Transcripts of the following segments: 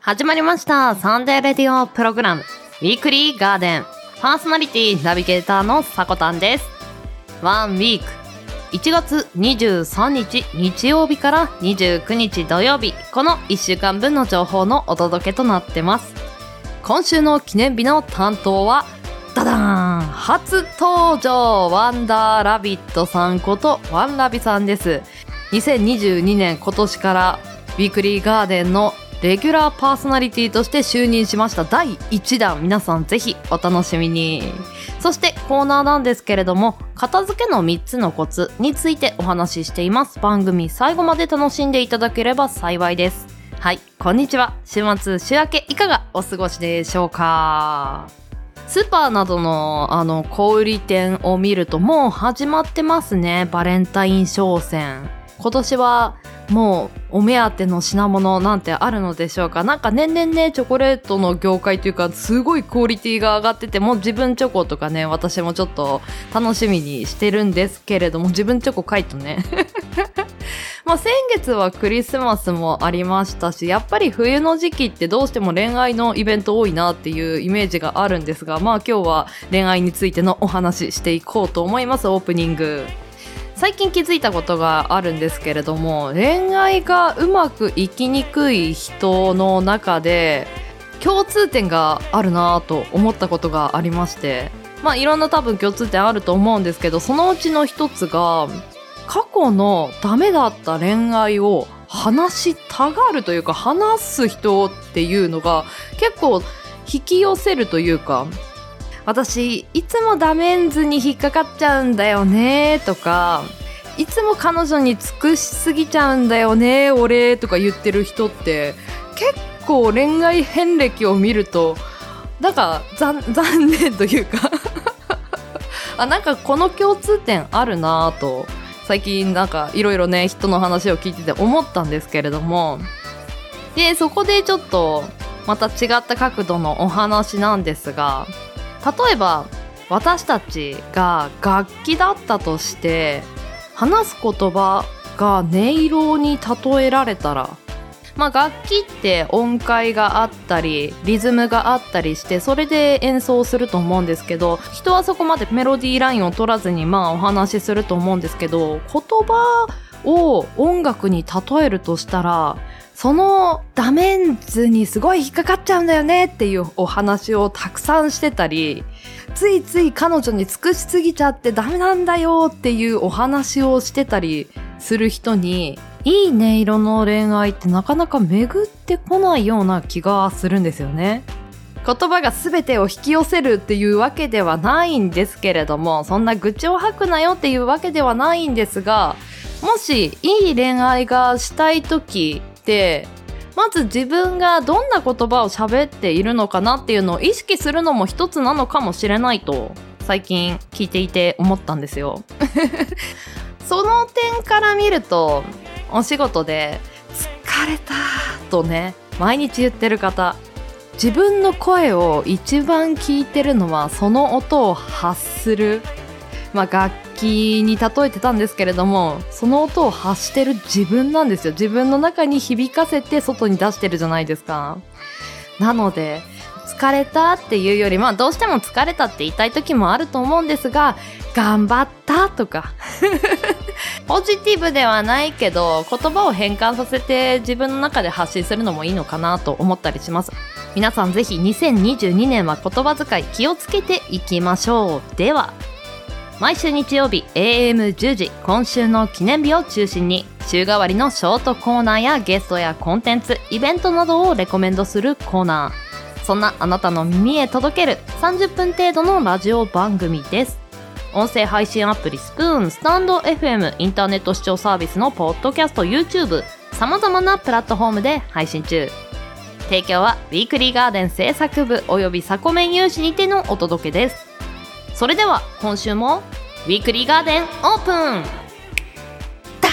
始まりましたサンデーレディオプログラムウィークリーガーデン。パーソナリティナビゲーターのさこたんです。ワンウィーク1月23日日曜日から29日土曜日、この1週間分の情報のお届けとなってます。今週の記念日の担当はダダーン、初登場ワンダーラビットさんことワンラビさんです。2022年今年からウィークリーガーデンのレギュラーパーソナリティとして就任しました第1弾、皆さんぜひお楽しみに。そしてコーナーなんですけれども、片付けの3つのコツについてお話ししています。番組最後まで楽しんでいただければ幸いです。はい、こんにちは。週末週明けいかがお過ごしでしょうか。スーパーなどの小売店を見るともう始まってますね。バレンタイン商戦。今年はもうお目当ての品物なんてあるのでしょうか。なんか年々ね、チョコレートの業界というかすごいクオリティが上がってて、もう自分チョコとかね、私もちょっと楽しみにしてるんですけれども、自分チョコ書いとねまあ先月はクリスマスもありましたし、やっぱり冬の時期ってどうしても恋愛のイベント多いなっていうイメージがあるんですが、まあ今日は恋愛についてのお話していこうと思います。オープニング、最近気づいたことがあるんですけれども、恋愛がうまくいきにくい人の中で共通点があるなと思ったことがありまして、まあいろんな多分共通点あると思うんですけど、そのうちの一つが過去のダメだった恋愛を話したがるというか、話す人っていうのが結構引き寄せるというか、私いつもダメンズに引っかかっちゃうんだよねとか、いつも彼女に尽くしすぎちゃうんだよね俺とか言ってる人って結構恋愛遍歴を見るとなんか残念というかなんかこの共通点あるなぁと最近なんかいろいろね、人の話を聞いてて思ったんですけれども、でそこでちょっとまた違った角度のお話なんですが、例えば私たちが楽器だったとして、話す言葉が音色に例えられたら、まあ楽器って音階があったりリズムがあったりして、それで演奏すると思うんですけど、人はそこまでメロディーラインを取らずにまあお話しすると思うんですけど、言葉を音楽に例えるとしたら、そのダメンズにすごい引っかかっちゃうんだよねっていうお話をたくさんしてたり、ついつい彼女に尽くしすぎちゃってダメなんだよっていうお話をしてたりする人に、いい音色の恋愛ってなかなか巡ってこないような気がするんですよね。言葉が全てを引き寄せるっていうわけではないんですけれども、そんな愚痴を吐くなよっていうわけではないんですが、もしいい恋愛がしたい時で、まず自分がどんな言葉を喋っているのかなっていうのを意識するのも一つなのかもしれないと最近聞いていて思ったんですよその点から見ると、お仕事で疲れたとね毎日言ってる方、自分の声を一番聞いてるのはその音を発する、まあ楽器に例えてたんですけれども、その音を発してる自分なんですよ。自分の中に響かせて外に出してるじゃないですか。なので疲れたっていうより、まあどうしても疲れたって言いたい時もあると思うんですが、頑張ったとかポジティブではないけど言葉を変換させて自分の中で発信するのもいいのかなと思ったりします。皆さんぜひ2022年は言葉遣い気をつけていきましょう。では毎週日曜日 AM10 時、今週の記念日を中心に週替わりのショートコーナーやゲストやコンテンツ、イベントなどをレコメンドするコーナー、そんなあなたの耳へ届ける30分程度のラジオ番組です。音声配信アプリスプーン、スタンド FM、インターネット視聴サービスのポッドキャスト、 YouTube、 様々なプラットフォームで配信中。提供はウィークリーガーデン制作部およびサコメン有志にてのお届けです。それでは今週もウィークリーガーデンオープンだ。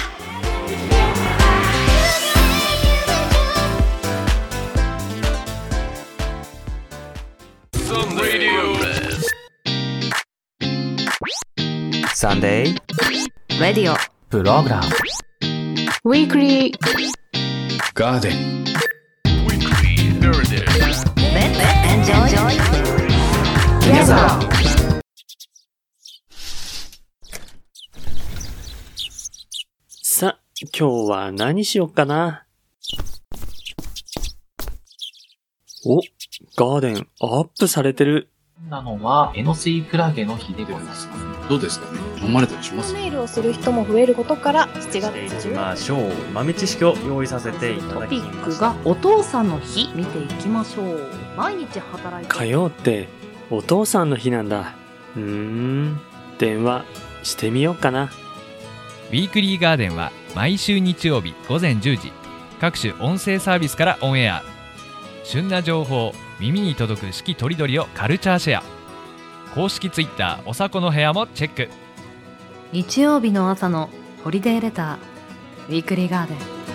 サンデーレディオプログラムウィークリーガーデンさ、今日は何しよっかな。お、ガーデンアップされてる。 なのは、エノスイクラゲの日でございます。 どうですかね、飲まれたりします？ メールをする人も増えることから7月いきましょう。豆知識を用意させていただきました。 トピックがお父さんの日見ていきましょう。毎日働いて火曜ってお父さんの日なんだ。電話してみようかな。 ウィークリーガーデンは毎週日曜日午前10時、各種音声サービスからオンエア。旬な情報、耳に届く四季とりどりをカルチャーシェア。公式ツイッターおさこの部屋もチェック。 日曜日の朝のホリデーレター、ウィークリーガーデン。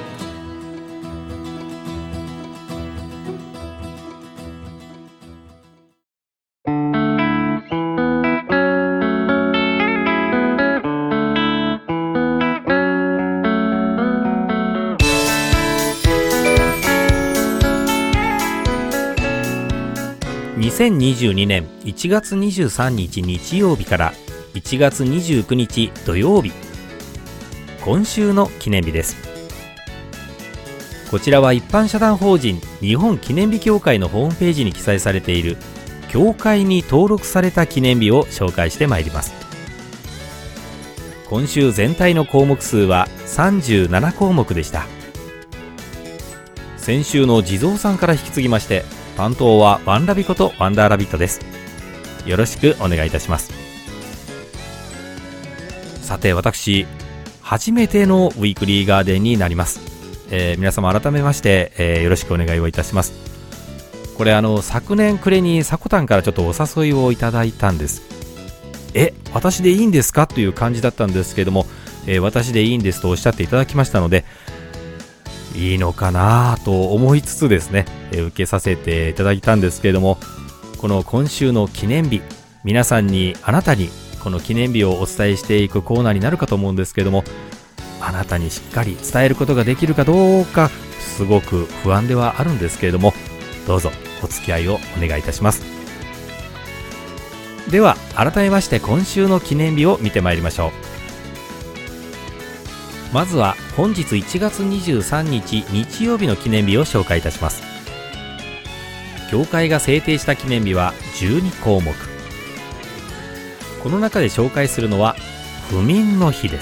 2022年1月23日日曜日から1月29日土曜日、今週の記念日です。こちらは一般社団法人日本記念日協会のホームページに記載されている協会に登録された記念日を紹介してまいります。今週全体の項目数は37項目でした。先週の地蔵さんから引き継ぎまして、担当はワンラビことワンダーラビットです。よろしくお願いいたします。さて、私初めてのウィークリーガーデンになります。皆様改めまして、よろしくお願いをいたします。これ昨年暮れにさこたんからちょっとお誘いをいただいたんです。私でいいんですかという感じだったんですけども、私でいいんですとおっしゃっていただきましたので、いいのかなと思いつつですね、受けさせていただいたんですけれども、この今週の記念日、皆さんにあなたにこの記念日をお伝えしていくコーナーになるかと思うんですけれども、あなたにしっかり伝えることができるかどうかすごく不安ではあるんですけれども、どうぞお付き合いをお願いいたします。では改めまして今週の記念日を見てまいりましょう。まずは本日1月23日日曜日の記念日を紹介いたします。協会が制定した記念日は12項目。この中で紹介するのは不眠の日です。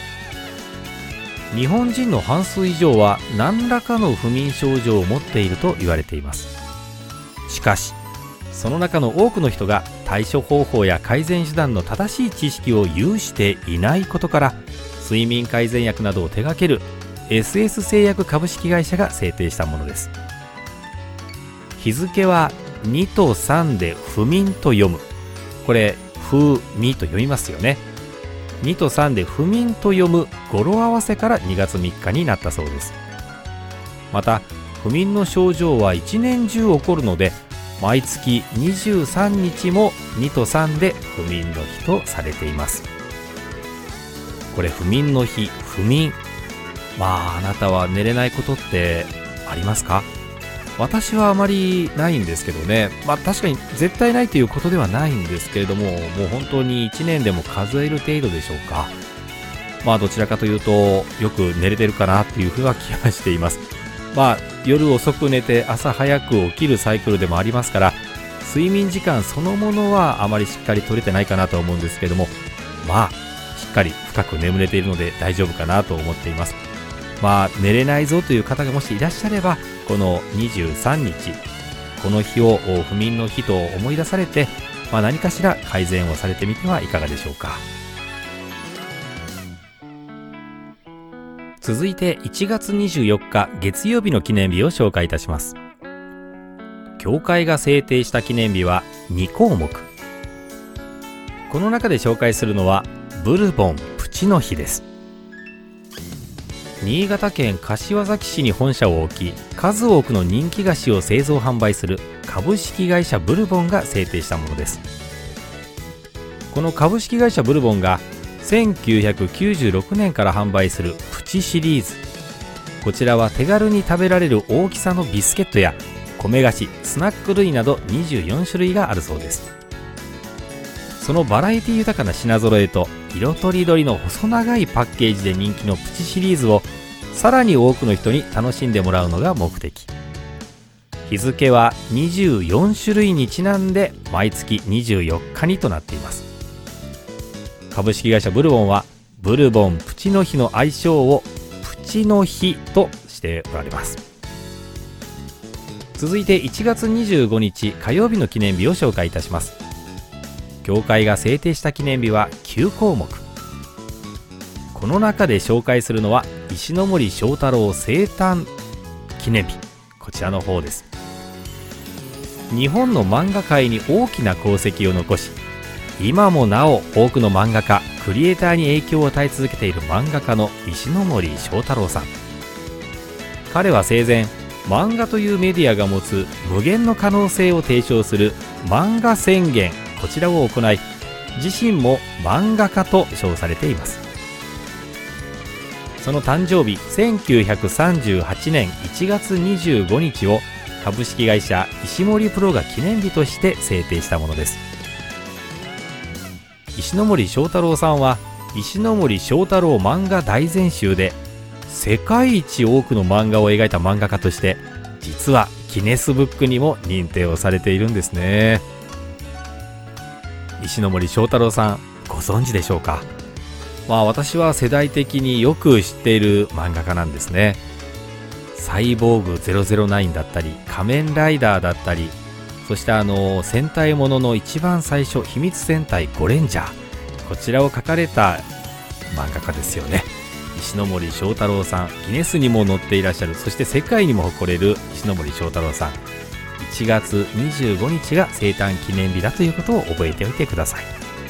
日本人の半数以上は何らかの不眠症状を持っていると言われています。しかしその中の多くの人が対処方法や改善手段の正しい知識を有していないことから、睡眠改善薬などを手掛ける SS 製薬株式会社が制定したものです。日付は2と3で不眠と読む。これ不眠と読みますよね。2と3で不眠と読む語呂合わせから2月3日になったそうです。また不眠の症状は一年中起こるので、毎月23日も2と3で不眠の日とされています。これ不眠の日、不眠、あなたは寝れないことってありますか？私はあまりないんですけどね。確かに絶対ないということではないんですけれども、もう本当に1年でも数える程度でしょうか。どちらかというとよく寝れてるかなっていうふうな気がしています。夜遅く寝て朝早く起きるサイクルでもありますから、睡眠時間そのものはあまりしっかり取れてないかなと思うんですけども、しっかり深く眠れているので大丈夫かなと思っています。寝れないぞという方がもしいらっしゃれば、この23日この日を不眠の日と思い出されて、何かしら改善をされてみてはいかがでしょうか。続いて1月24日月曜日の記念日を紹介いたします。協会が制定した記念日は2項目。この中で紹介するのはブルボンプチの日です。新潟県柏崎市に本社を置き、数多くの人気菓子を製造販売する株式会社ブルボンが制定したものです。この株式会社ブルボンが1996年から販売するプチシリーズ、こちらは手軽に食べられる大きさのビスケットや、プチシリーズの商品を米菓子、スナック類など24種類があるそうです。そのバラエティ豊かな品揃えと色とりどりの細長いパッケージで人気のプチシリーズをさらに多くの人に楽しんでもらうのが目的。日付は24種類にちなんで毎月24日にとなっています。株式会社ブルボンはブルボンプチの日の愛称をプチの日としておられます。続いて1月25日火曜日の記念日を紹介いたします。協会が制定した記念日は9項目。この中で紹介するのは石森章太郎生誕記念日、こちらの方です。日本の漫画界に大きな功績を残し、今もなお多くの漫画家クリエイターに影響を与え続けている漫画家の石森章太郎さん。彼は生前、漫画というメディアが持つ無限の可能性を提唱する漫画宣言、こちらを行い、自身も漫画家と称されています。その誕生日1938年1月25日を株式会社石森プロが記念日として制定したものです。石森章太郎さんは石森章太郎漫画大全集で世界一多くの漫画を描いた漫画家として実はギネスブックにも認定をされているんですね。石森章太郎さんご存知でしょうか。私は世代的によく知っている漫画家なんですね。サイボーグ009だったり仮面ライダーだったり、そして戦隊ものの一番最初秘密戦隊ゴレンジャー、こちらを描かれた漫画家ですよね。石森章太郎さん、ギネスにも載っていらっしゃる、そして世界にも誇れる石森章太郎さん、1月25日が生誕記念日だということを覚えておいてください。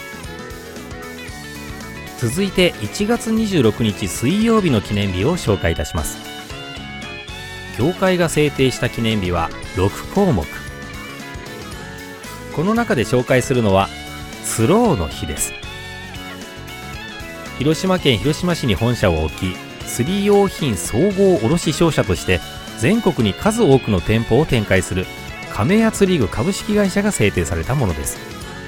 続いて1月26日水曜日の記念日を紹介いたします。協会が制定した記念日は6項目。この中で紹介するのはスローの日です。広島県広島市に本社を置き、釣り用品総合卸商社として全国に数多くの店舗を展開する亀谷釣り具株式会社が制定されたものです。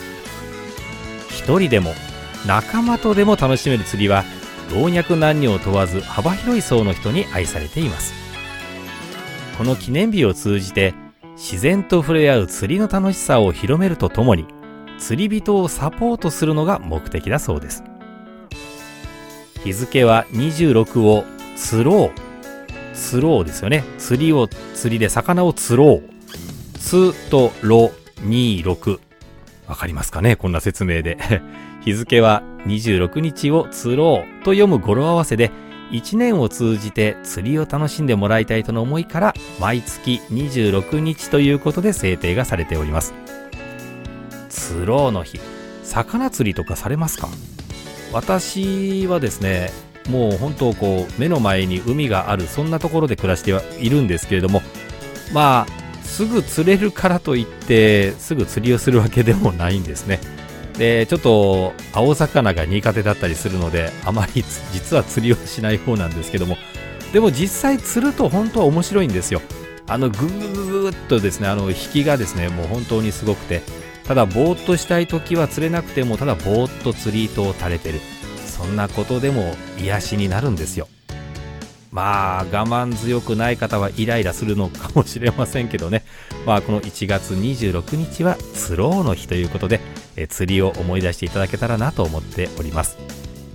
一人でも仲間とでも楽しめる釣りは老若男女を問わず幅広い層の人に愛されています。この記念日を通じて自然と触れ合う釣りの楽しさを広めるとともに、釣り人をサポートするのが目的だそうです。日付は26を釣ろうですよね。釣りで魚を釣ろう、つとろ26、わかりますかね、こんな説明で日付は26日を釣ろうと読む語呂合わせで、1年を通じて釣りを楽しんでもらいたいとの思いから毎月26日ということで制定がされております。釣ろうの日、魚釣りとかされますか？私はですね、もう本当目の前に海があるそんなところで暮らしてはいるんですけれども、すぐ釣れるからといってすぐ釣りをするわけでもないんですね。でちょっと青魚が苦手だったりするので、あまり実は釣りをしない方なんですけども、でも実際釣ると本当は面白いんですよ。ぐーっとですね、引きがですね、もう本当にすごくて、ただぼーっとしたい時は釣れなくても、ただぼーっと釣り糸を垂れてる、そんなことでも癒しになるんですよ。我慢強くない方はイライラするのかもしれませんけどね。この1月26日は釣ろうの日ということで、釣りを思い出していただけたらなと思っております。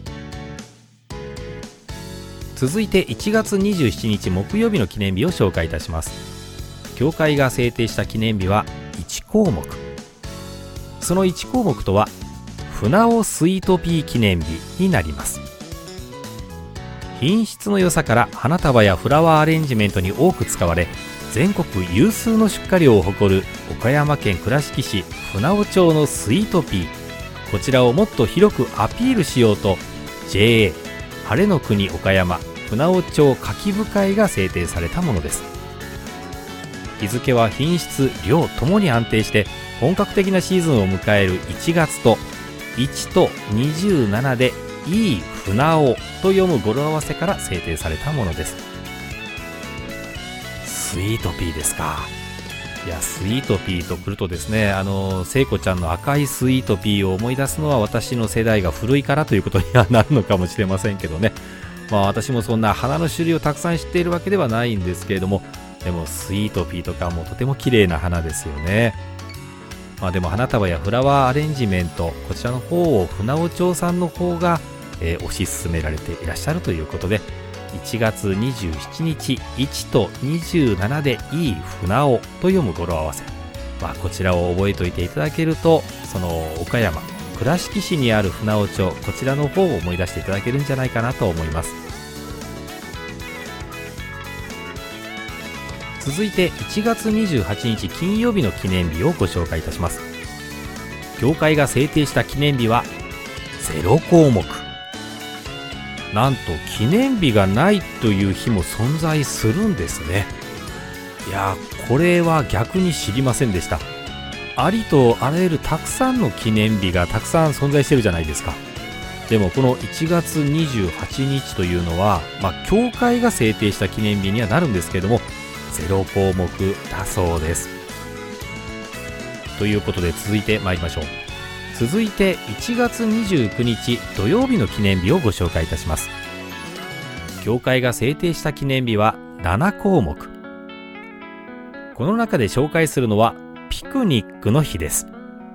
続いて1月27日木曜日の記念日を紹介いたします。協会が制定した記念日は1項目。その1項目とは船尾スイートピー記念日になります。品質の良さから花束やフラワーアレンジメントに多く使われ、全国有数の出荷量を誇る岡山県倉敷市船尾町のスイートピー、こちらをもっと広くアピールしようと JA 晴れの国岡山船尾町柿部会が制定されたものです。日付は品質量ともに安定して本格的なシーズンを迎える1月と1と27でいい船尾と読む語呂合わせから制定されたものです。スイートピーですか。 いや、スイートピーと来るとですね、聖子ちゃんの赤いスイートピーを思い出すのは私の世代が古いからということにはなるのかもしれませんけどね。私もそんな花の種類をたくさん知っているわけではないんですけれども、でもスイートピーとかもとても綺麗な花ですよね。でも花束やフラワーアレンジメント、こちらの方を船尾町さんの方が、推し進められていらっしゃるということで、1月27日1と27でいい船尾と読む語呂合わせ、こちらを覚えておいていただけると、その岡山倉敷市にある船尾町、こちらの方を思い出していただけるんじゃないかなと思います。続いて1月28日金曜日の記念日をご紹介いたします。協会が制定した記念日は0項目。なんと記念日がないという日も存在するんですね。いや、これは逆に知りませんでした。ありとあらゆるたくさんの記念日がたくさん存在してるじゃないですか。でもこの1月28日というのは、協会が制定した記念日にはなるんですけれども、0項目だそうです。ということで続いて参りましょう。続いて1月29日土曜日の記念日をご紹介いたします。協会が制定した記念日は7項目。この中で紹介するのはピクニックの日です。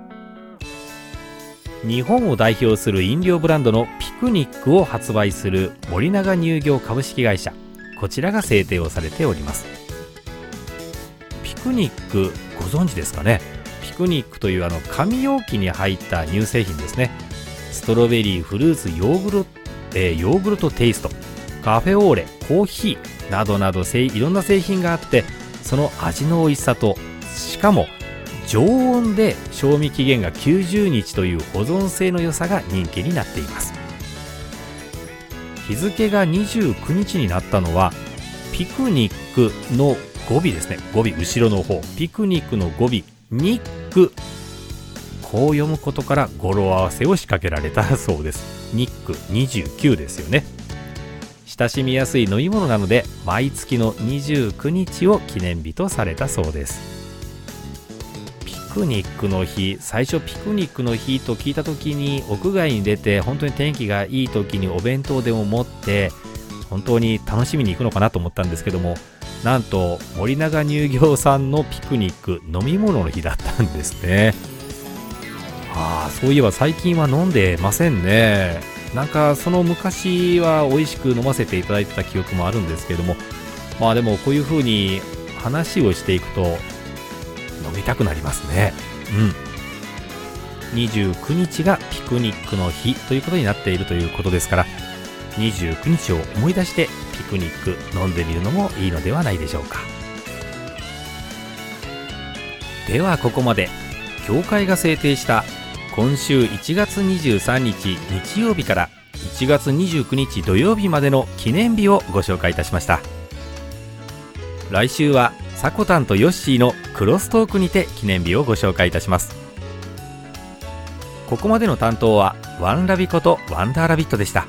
日本を代表する飲料ブランドのピクニックを発売する森永乳業株式会社、こちらが制定をされております。ピクニックご存知ですかね。ピクニックという紙容器に入った乳製品ですね。ストロベリー、フルーツ、ヨーグルトテイスト、カフェオーレ、コーヒーなどなどいろんな製品があって、その味の美味しさと、しかも常温で賞味期限が90日という保存性の良さが人気になっています。日付が29日になったのはピクニックの語尾ですね。語尾後ろの方、ピクニックの語尾ニック、こう読むことから語呂合わせを仕掛けられたそうです。ニック29ですよね。親しみやすい飲み物なので毎月の29日を記念日とされたそうです。ピクニックの日、最初ピクニックの日と聞いた時に屋外に出て本当に天気がいい時にお弁当でも持って本当に楽しみに行くのかなと思ったんですけども、なんと森永乳業さんのピクニック飲み物の日だったんですね。そういえば最近は飲んでませんね。なんかその昔は美味しく飲ませていただいてた記憶もあるんですけども、でもこういう風に話をしていくと飲みたくなりますね。29日がピクニックの日ということになっているということですから、29日を思い出してピクニック飲んでみるのもいいのではないでしょうか。ではここまで協会が制定した今週1月23日日曜日から1月29日土曜日までの記念日をご紹介いたしました。来週はさこたんとヨッシーのクロストークにて記念日をご紹介いたします。ここまでの担当はワンラビことワンダーラビットでした。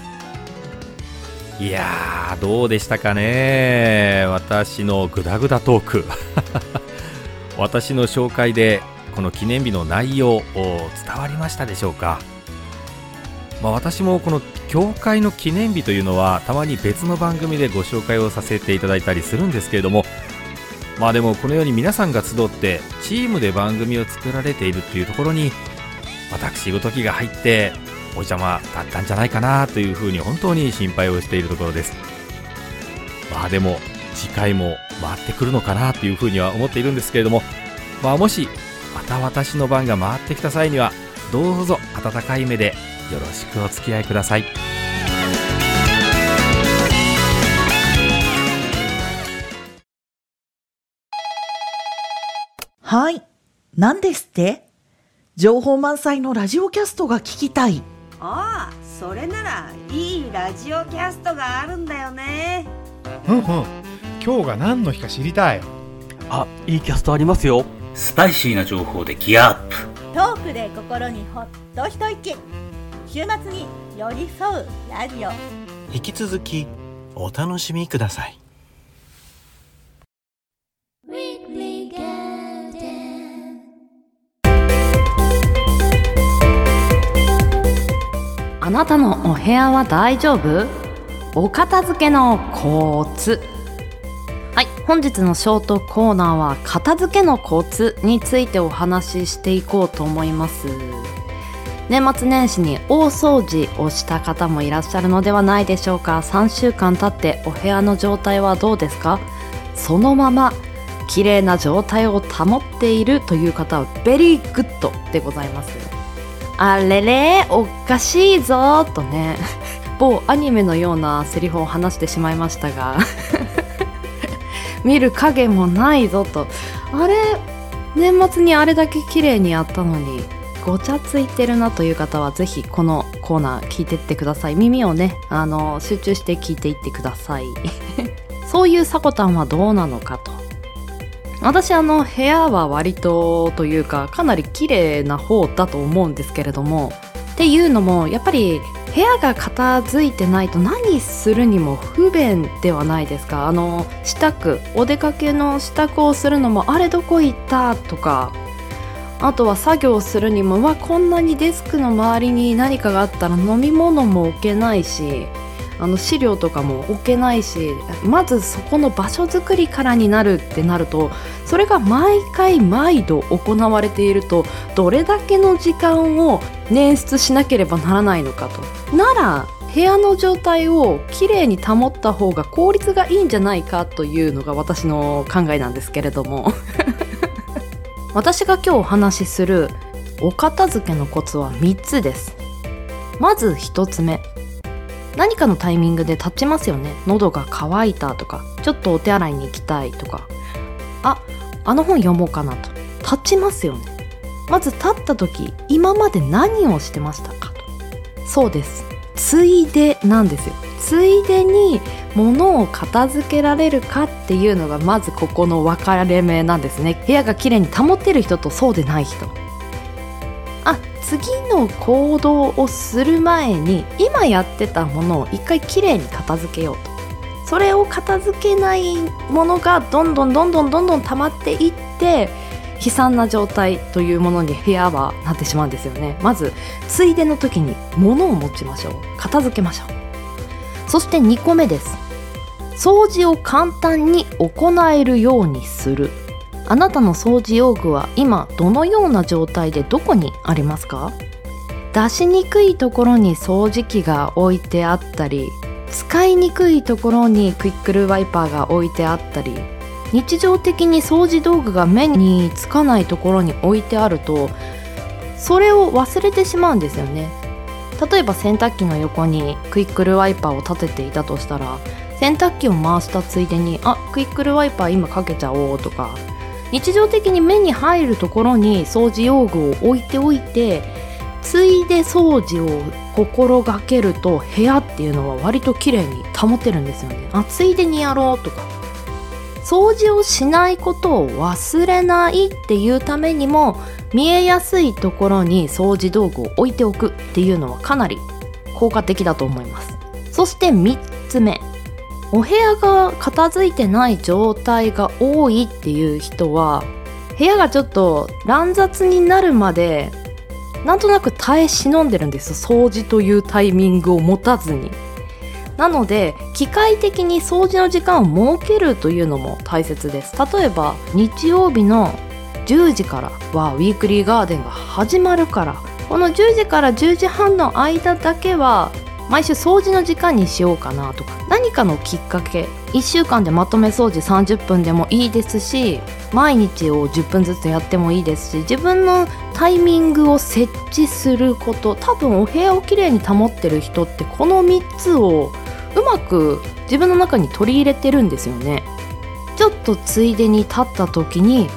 いやー、どうでしたかね、私のグダグダトーク私の紹介でこの記念日の内容を伝わりましたでしょうか。私もこの協会の記念日というのはたまに別の番組でご紹介をさせていただいたりするんですけれども、でもこのように皆さんが集ってチームで番組を作られているっていうところに私ごときが入ってお邪魔だったんじゃないかなというふうに本当に心配をしているところです。でも次回も回ってくるのかなというふうには思っているんですけれども、もしまた私の番が回ってきた際にはどうぞ温かい目でよろしくお付き合いください。 はい、何ですって？情報満載のラジオキャストが聞きたい。 ああ、それならいいラジオキャストがあるんだよね。 今日が何の日か知りたい。 いいキャストありますよ。 スパイシーな情報でギアアップ、 トークで心にほっと一息、週末に寄り添うラジオ。 引き続きお楽しみください。 Weekly Garden なたのお部屋は大丈夫？お片付けのコツ。はい、本日のショートコーナーは片付けのコツについてお話ししていこうと思います。年末年始に大掃除をした方もいらっしゃるのではないでしょうか。3週間経ってお部屋の状態はどうですか？そのまま綺麗な状態を保っているという方はベリーグッドでございます。あれれおかしいぞとね、某アニメのようなセリフを話してしまいましたが見る影もないぞと。あれ、年末にあれだけ綺麗にやったのにごちゃついてるなという方はぜひこのコーナー聞いてってください。耳をね集中して聞いていってくださいそういうさこたんはどうなのかと。私部屋は割とというかかなり綺麗な方だと思うんですけれども、っていうのもやっぱり部屋が片付いてないと何するにも不便ではないですか。支度、お出かけの支度をするのもあれどこ行ったとか、あとは作業するにもこんなにデスクの周りに何かがあったら飲み物も置けないし資料とかも置けないし、まずそこの場所作りからになるってなると、それが毎回毎度行われているとどれだけの時間を捻出しなければならないのかと。なら部屋の状態をきれいに保った方が効率がいいんじゃないかというのが私の考えなんですけれども私が今日お話しするお片付けのコツは3つです。まず1つ目、何かのタイミングで立ちますよね。喉が渇いたとか、ちょっとお手洗いに行きたいとか、あの本読もうかなと立ちますよね。まず立った時、今まで何をしてましたかと。そうです、ついでなんですよ。ついでに物を片付けられるかっていうのがまずここの分かれ目なんですね。部屋がきれいに保ってる人とそうでない人。次の行動をする前に今やってたものを一回きれいに片付けようと。それを片付けないものがどんどん溜まっていって悲惨な状態というものに部屋はなってしまうんですよね。まずついでの時に物を持ちましょう。片付けましょう。そして2個目です。掃除を簡単に行えるようにする。あなたの掃除用具は今どのような状態でどこにありますか？出しにくいところに掃除機が置いてあったり、使いにくいところにクイックルワイパーが置いてあったり、日常的に掃除道具が目につかないところに置いてあると、それを忘れてしまうんですよね。例えば洗濯機の横にクイックルワイパーを立てていたとしたら、洗濯機を回したついでにクイックルワイパー今かけちゃおうとか、日常的に目に入るところに掃除用具を置いておいて、ついで掃除を心がけると部屋っていうのは割と綺麗に保てるんですよね。ついでにやろうとか、掃除をしないことを忘れないっていうためにも見えやすいところに掃除道具を置いておくっていうのはかなり効果的だと思います。そして3つ目、お部屋が片付いてない状態が多いっていう人は、部屋がちょっと乱雑になるまでなんとなく耐え忍んでるんです。掃除というタイミングを持たずに。なので機械的に掃除の時間を設けるというのも大切です。例えば日曜日の10時からはウィークリーガーデンが始まるから、この10時から10時半の間だけは毎週掃除の時間にしようかなとか、何かのきっかけ、1週間でまとめ掃除30分でもいいですし、毎日を10分ずつやってもいいですし、自分のタイミングを設置すること。多分お部屋をきれいに保ってる人ってこの3つをうまく自分の中に取り入れてるんですよね。ちょっとついでに立った時に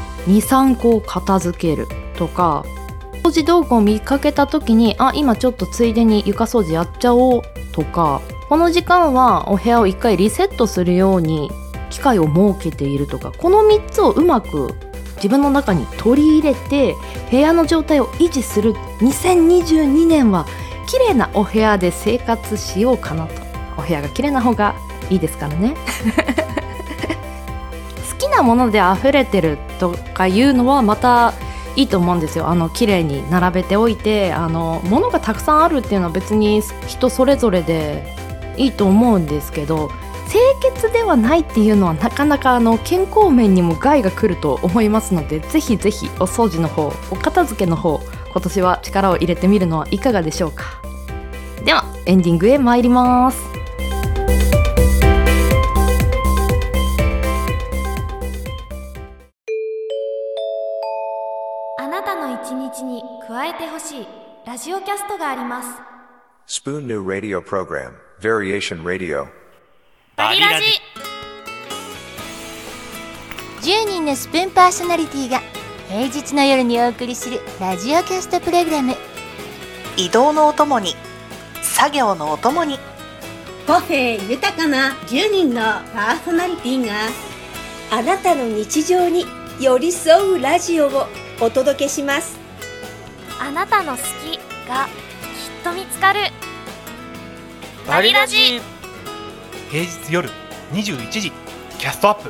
2,3 個片付けるとか、掃除道具を見かけた時に今ちょっとついでに床掃除やっちゃおうとか、この時間はお部屋を1回リセットするように機会を設けているとか、この3つをうまく自分の中に取り入れて部屋の状態を維持する。2022年は綺麗なお部屋で生活しようかなと。お部屋が綺麗な方がいいですからね好きなもので溢れてるとかいうのはまたいいと思うんですよ。綺麗に並べておいて物がたくさんあるっていうのは別に人それぞれでいいと思うんですけど、清潔ではないっていうのはなかなか健康面にも害が来ると思いますので、ぜひぜひお掃除の方、お片付けの方、今年は力を入れてみるのはいかがでしょうか。ではエンディングへ参ります。 あなたの一日に加えてほしいラジオキャストがあります。 Spoon New Radio Program Variation Radio バリラジ。 10人のスプーンパーソナリティが平日の夜にお送りするラジオキャストプログラム。 移動のお供に、作業のお供に、 個性豊かな10人のパーソナリティがあなたの日常に寄り添うラジオをお届けします。 あなたの好きがきっと見つかるバリラジ。 平日夜21時キャストアップ。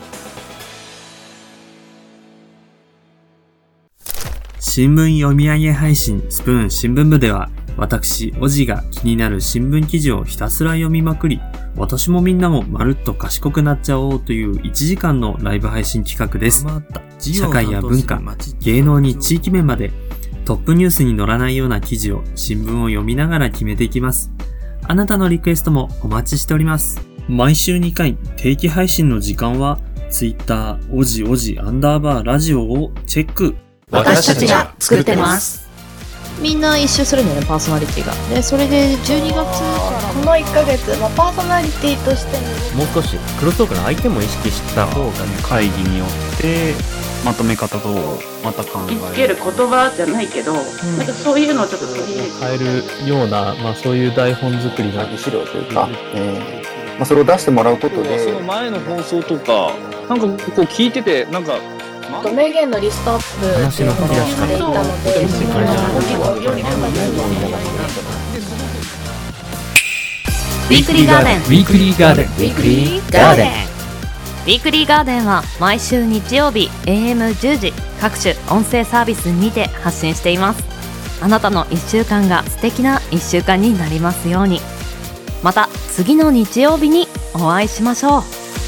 新聞読み上げ配信スプーン新聞部では、私おじが気になる新聞記事をひたすら読みまくり、私もみんなもまるっと賢くなっちゃおうという1時間のライブ配信企画です。社会や文化、芸能に地域面までトップニュースに載らないような記事を新聞を読みながら決めていきます。あなたのリクエストもお待ちしております。毎週2回定期配信の時間は Twitter おじ_ラジオをチェック。 私たちが作ってます。 みんな一周するんだよね、パーソナリティが。でそれで12月この1ヶ月、パーソナリティとしてもう少しクロストークの相手も意識した方がね、 会議によってまとめ方とまた考える。 つける言葉じゃないけど、なんかそういうのをちょっと取り入れて変えるような、そういう台本作りの資料というか、 それを出してもらうことで、 その前の放送とかなんかこう聞いてて、なんか名言のリストアップ話の振り出しからしていたので、 ウィークリーガーデン、 ウィークリーガーデン、 ウィークリーガーデン。ウィークリーガーデンは毎週日曜日 AM10 時各種音声サービスにて発信しています。あなたの1週間が素敵な1週間になりますように。また次の日曜日にお会いしましょう。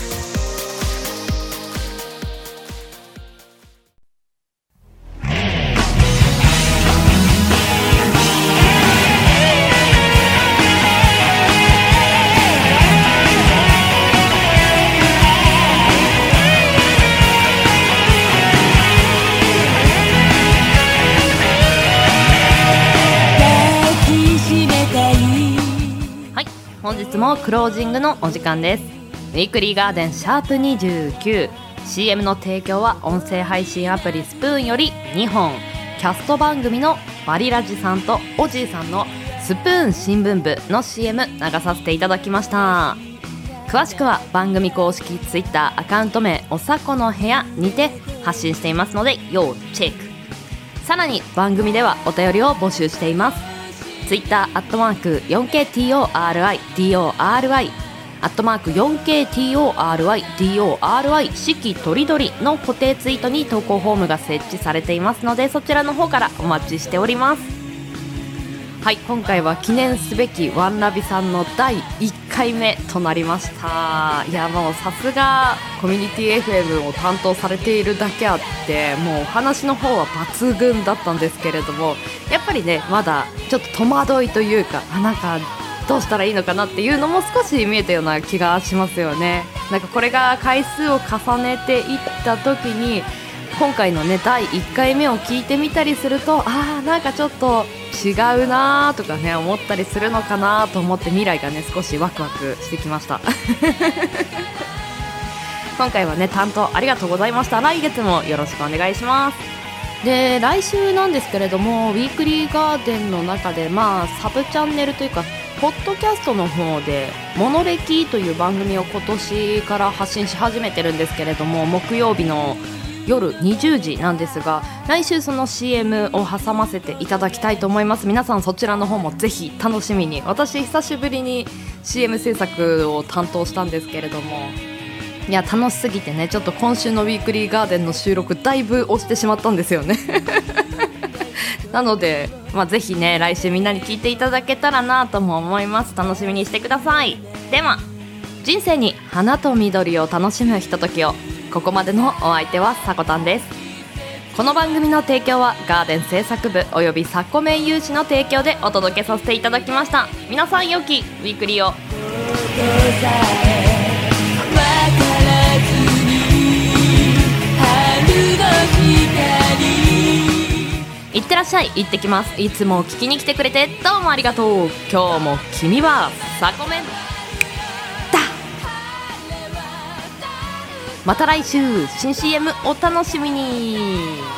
本日もクロージングのお時間です。ウィークリーガーデンシャープ29、 CM の提供は音声配信アプリスプーンより2本、キャスト番組のバリラジさんとおじいさんのスプーン新聞部の CM 流させていただきました。詳しくは番組公式ツイッターアカウント名おさこの部屋にて発信していますので要チェック。さらに番組ではお便りを募集しています。ツイッター@4KTORIDORI@4KTORIDORI 四季とりどりの固定ツイートに投稿フォームが設置されていますので、そちらの方からお待ちしております。はい、今回は記念すべきワンラビさんの第1回目となりました。いや、もうさすがコミュニティ FM を担当されているだけあって、もうお話の方は抜群だったんですけれども、やっぱりね、まだちょっと戸惑いというか、なんかどうしたらいいのかなっていうのも少し見えたような気がしますよね。なんかこれが回数を重ねていった時に、今回のね第1回目を聞いてみたりすると、なんかちょっと違うなとかね思ったりするのかなと思って、未来がね少しワクワクしてきました今回はね担当ありがとうございました。来月もよろしくお願いします。で、来週なんですけれども、ウィークリーガーデンの中でサブチャンネルというかポッドキャストの方でモノレキという番組を今年から発信し始めてるんですけれども、木曜日の夜20時なんですが、来週その CM を挟ませていただきたいと思います。皆さんそちらの方もぜひ楽しみに。私久しぶりに CM 制作を担当したんですけれども、いや楽しすぎてね、ちょっと今週のウィークリーガーデンの収録だいぶ押してしまったんですよねなので、ぜひね来週みんなに聞いていただけたらなとも思います。楽しみにしてください。では人生に花と緑を楽しむひとときを。ここまでのお相手はさこたんです。この番組の提供はガーデン制作部およびサッコメン有志の提供でお届けさせていただきました。皆さん良きウィークリーを。いってらっしゃい。行ってきます。いつも聞きに来てくれてどうもありがとう。今日も君はサコメンだ。また来週新 CM お楽しみに。